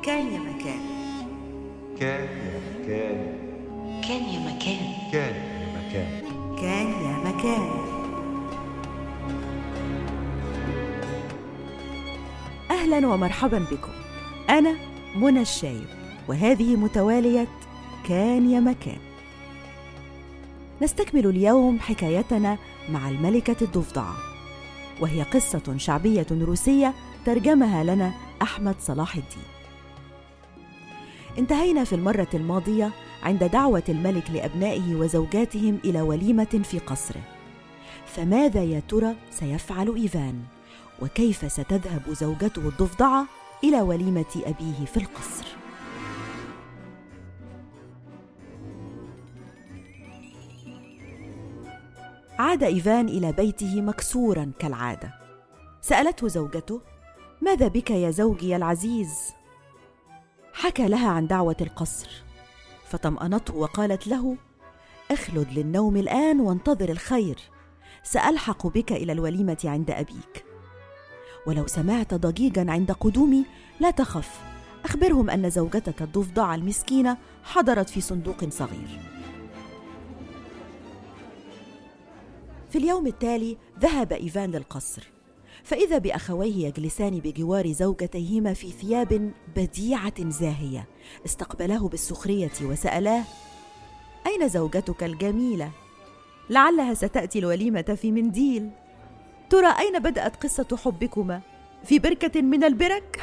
كان يا مكان. كان يا مكان. كان يا مكان. كان يا مكان. كان يا مكان. أهلا ومرحبا بكم. أنا منى الشايب، وهذه متوالية كان يا مكان. نستكمل اليوم حكايتنا مع الملكة الضفدعة، وهي قصة شعبية روسية ترجمها لنا أحمد صلاح الدين. انتهينا في المرة الماضية عند دعوة الملك لأبنائه وزوجاتهم إلى وليمة في قصره. فماذا يا ترى سيفعل إيفان؟ وكيف ستذهب زوجته الضفدعة إلى وليمة أبيه في القصر؟ عاد إيفان إلى بيته مكسوراً كالعادة. سألته زوجته: ماذا بك يا زوجي العزيز؟ حكى لها عن دعوة القصر، فطمأنته وقالت له: اخلد للنوم الآن وانتظر الخير، سألحق بك إلى الوليمة عند أبيك. ولو سمعت ضجيجاً عند قدومي لا تخف، أخبرهم أن زوجتك الضفدعة المسكينة حضرت في صندوق صغير. في اليوم التالي ذهب إيفان للقصر، فإذا بأخويه يجلسان بجوار زوجتيهما في ثياب بديعة زاهية. استقبلاه بالسخرية وسألاه: أين زوجتك الجميلة؟ لعلها ستأتي الوليمة في منديل. ترى أين بدأت قصة حبكما؟ في بركة من البرك؟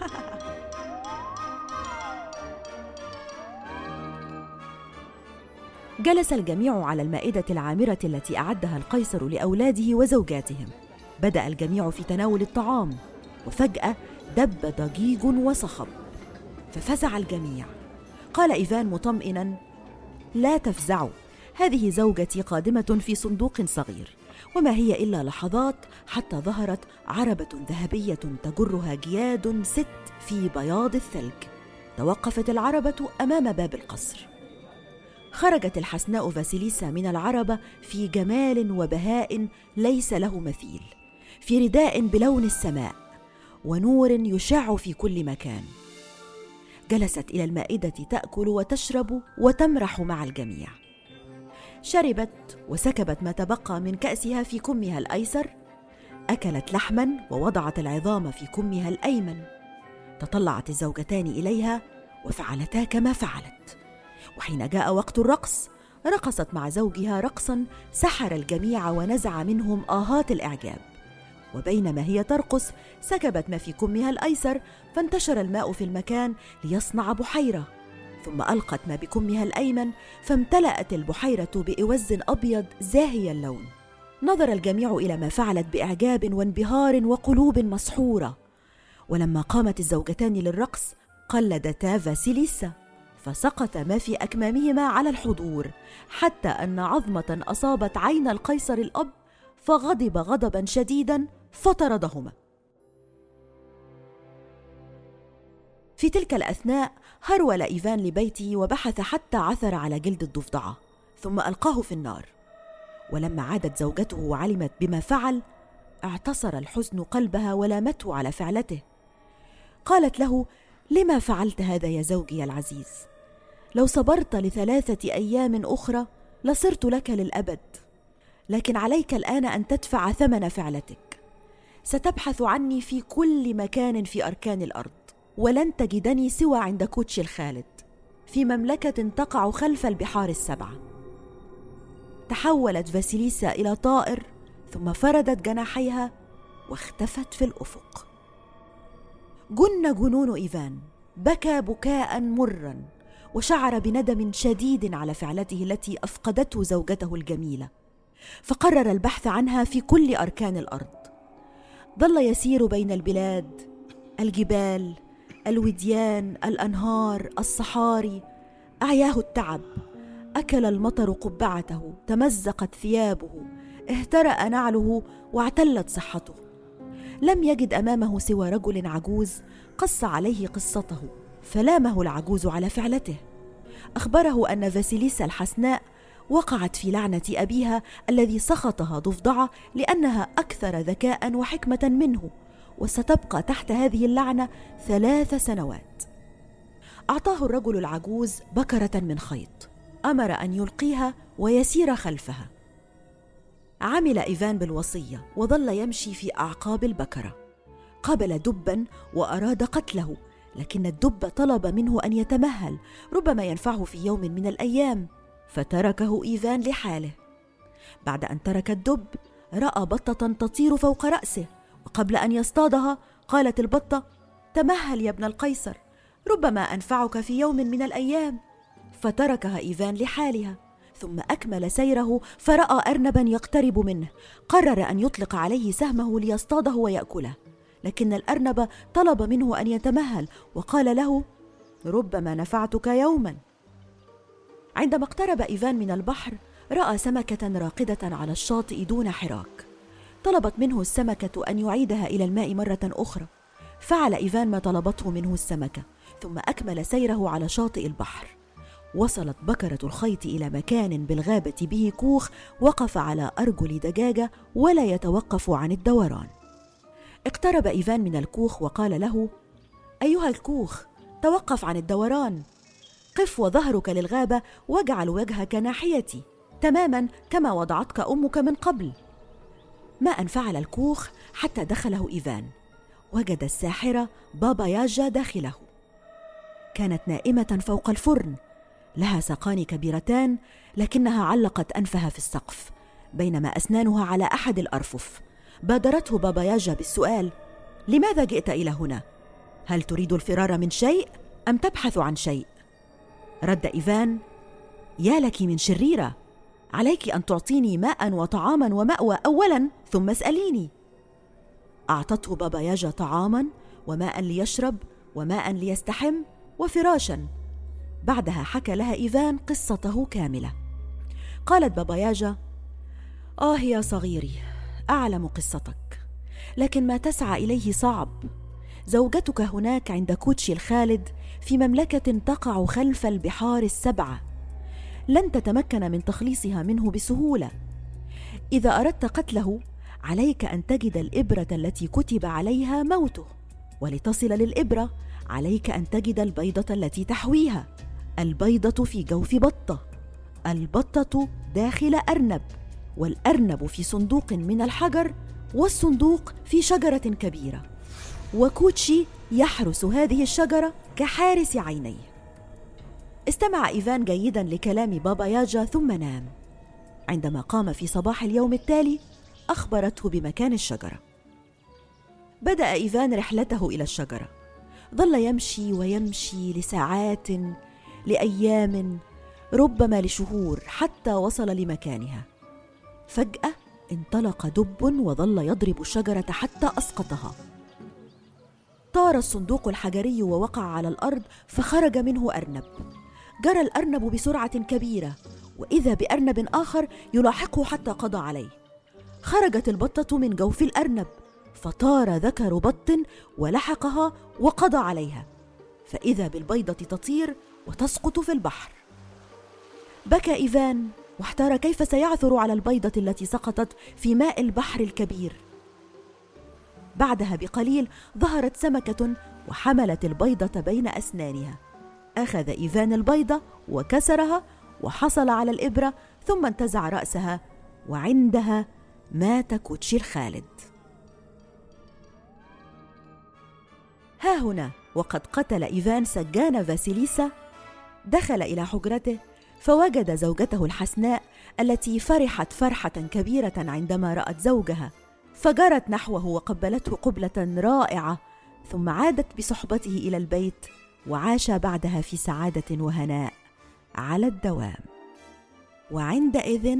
جلس الجميع على المائدة العامرة التي أعدها القيصر لأولاده وزوجاتهم. بدأ الجميع في تناول الطعام، وفجأة دب ضجيج وصخب، ففزع الجميع. قال إيفان مطمئنا: لا تفزعوا، هذه زوجتي قادمة في صندوق صغير، وما هي إلا لحظات حتى ظهرت عربة ذهبية تجرها جياد 6 في بياض الثلج. توقفت العربة أمام باب القصر. خرجت الحسناء فاسيليسا من العربة في جمال وبهاء ليس له مثيل، في رداء بلون السماء ونور يشع في كل مكان. جلست إلى المائدة تأكل وتشرب وتمرح مع الجميع. شربت وسكبت ما تبقى من كأسها في كمها الأيسر، أكلت لحما ووضعت العظام في كمها الأيمن. تطلعت الزوجتان إليها وفعلتا كما فعلت، وحين جاء وقت الرقص رقصت مع زوجها رقصا سحر الجميع ونزع منهم آهات الإعجاب. وبينما هي ترقص سكبت ما في كمها الأيسر، فانتشر الماء في المكان ليصنع بحيرة، ثم ألقت ما بكمها الأيمن فامتلأت البحيرة بإوز أبيض زاهي اللون. نظر الجميع إلى ما فعلت بإعجاب وانبهار وقلوب مسحورة. ولما قامت الزوجتان للرقص قلدتا فاسيليسا، فسقط ما في أكمامهما على الحضور، حتى أن عظمة أصابت عين القيصر الأب، فغضب غضبا شديدا فطردهما. في تلك الأثناء هرول إيفان لبيته وبحث حتى عثر على جلد الضفدعة، ثم ألقاه في النار. ولما عادت زوجته وعلمت بما فعل اعتصر الحزن قلبها ولامته على فعلته. قالت له: لما فعلت هذا يا زوجي العزيز؟ لو صبرت ل3 أيام أخرى لصرت لك للأبد، لكن عليك الآن أن تدفع ثمن فعلتك. ستبحث عني في كل مكان في أركان الأرض، ولن تجدني سوى عند كوتش الخالد في مملكة تقع خلف البحار ال7. تحولت فاسيليسا إلى طائر، ثم فردت جناحيها واختفت في الأفق. جن جنون إيفان، بكى بكاء مرا، وشعر بندم شديد على فعلته التي أفقدته زوجته الجميلة، فقرر البحث عنها في كل أركان الأرض. ظل يسير بين البلاد، الجبال، الوديان، الأنهار، الصحاري. أعياه التعب، أكل المطر قبعته، تمزقت ثيابه، اهترأ نعله واعتلت صحته. لم يجد أمامه سوى رجل عجوز قص عليه قصته، فلامه العجوز على فعلته. أخبره أن فاسيليسا الحسناء وقعت في لعنة أبيها الذي سخطها ضفدعة لأنها أكثر ذكاء وحكمة منه، وستبقى تحت هذه اللعنة 3 سنوات. أعطاه الرجل العجوز بكرة من خيط، أمر أن يلقيها ويسير خلفها. عمل إيفان بالوصية وظل يمشي في أعقاب البكرة. قابل دباً وأراد قتله، لكن الدب طلب منه أن يتمهل، ربما ينفعه في يوم من الأيام، فتركه إيفان لحاله. بعد أن ترك الدب رأى بطة تطير فوق رأسه، وقبل أن يصطادها قالت البطة: تمهل يا ابن القيصر، ربما أنفعك في يوم من الأيام. فتركها إيفان لحالها، ثم أكمل سيره فرأى أرنبا يقترب منه. قرر أن يطلق عليه سهمه ليصطاده ويأكله، لكن الأرنب طلب منه أن يتمهل وقال له: ربما نفعتك يوما. عندما اقترب إيفان من البحر رأى سمكة راقدة على الشاطئ دون حراك. طلبت منه السمكة أن يعيدها إلى الماء مرة أخرى. فعل إيفان ما طلبته منه السمكة، ثم أكمل سيره على شاطئ البحر. وصلت بكرة الخيط إلى مكان بالغابة به كوخ وقف على أرجل دجاجة ولا يتوقف عن الدوران. اقترب إيفان من الكوخ وقال له: أيها الكوخ، توقف عن الدوران، قف وظهرك للغابة واجعل وجهك ناحيتي تماما كما وضعتك أمك من قبل. ما أن فعل الكوخ حتى دخله إيفان، وجد الساحرة بابا ياجا داخله. كانت نائمة فوق الفرن، لها ساقان كبيرتان لكنها علقت أنفها في السقف، بينما أسنانها على أحد الأرفف. بادرته بابا ياجا بالسؤال: لماذا جئت إلى هنا؟ هل تريد الفرار من شيء أم تبحث عن شيء؟ رد إيفان: يا لك من شريرة، عليك أن تعطيني ماء وطعاما ومأوى أولا ثم اسأليني. أعطته بابا ياجا طعاما وماء ليشرب وماء ليستحم وفراشا. بعدها حكى لها إيفان قصته كاملة. قالت بابا ياجا: يا صغيري، أعلم قصتك، لكن ما تسعى إليه صعب. زوجتك هناك عند كوتشي الخالد في مملكة تقع خلف البحار السبعة، لن تتمكن من تخليصها منه بسهولة. إذا أردت قتله عليك أن تجد الإبرة التي كتب عليها موته، ولتصل للإبرة عليك أن تجد البيضة التي تحويها. البيضة في جوف بطة، البطة داخل أرنب، والأرنب في صندوق من الحجر، والصندوق في شجرة كبيرة، وكوتشي يحرس هذه الشجرة كحارس عينيه. استمع إيفان جيدا لكلام بابا ياجا ثم نام. عندما قام في صباح اليوم التالي أخبرته بمكان الشجرة. بدأ إيفان رحلته إلى الشجرة. ظل يمشي ويمشي لساعات، لأيام، ربما لشهور، حتى وصل لمكانها. فجأة انطلق دب وظل يضرب الشجرة حتى أسقطها. طار الصندوق الحجري ووقع على الأرض، فخرج منه أرنب. جرى الأرنب بسرعة كبيرة، وإذا بأرنب آخر يلاحقه حتى قضى عليه. خرجت البطة من جوف الأرنب، فطار ذكر بط ولحقها وقضى عليها، فإذا بالبيضة تطير وتسقط في البحر. بكى إيفان واحتار كيف سيعثر على البيضة التي سقطت في ماء البحر الكبير. بعدها بقليل ظهرت سمكة وحملت البيضة بين أسنانها. أخذ إيفان البيضة وكسرها وحصل على الإبرة، ثم انتزع رأسها، وعندها مات كوتشي الخالد. ها هنا وقد قتل إيفان سجان فاسيليسا، دخل إلى حجرته فوجد زوجته الحسناء التي فرحت فرحة كبيرة عندما رأت زوجها، فجرت نحوه وقبلته قبلة رائعة، ثم عادت بصحبته إلى البيت، وعاش بعدها في سعادة وهناء على الدوام. وعندئذ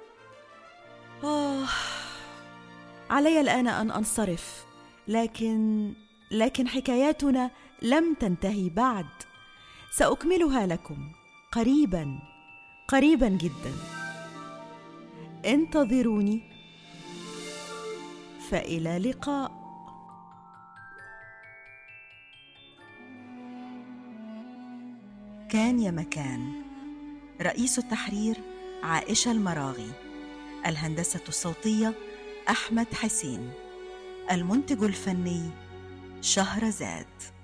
علي الآن أن أنصرف، لكن حكاياتنا لم تنتهي بعد، سأكملها لكم قريبا جدا. انتظروني، فإلى اللقاء. كان يا مكان. رئيس التحرير عائشة المراغي. الهندسة الصوتية أحمد حسين. المنتج الفني شهرزاد.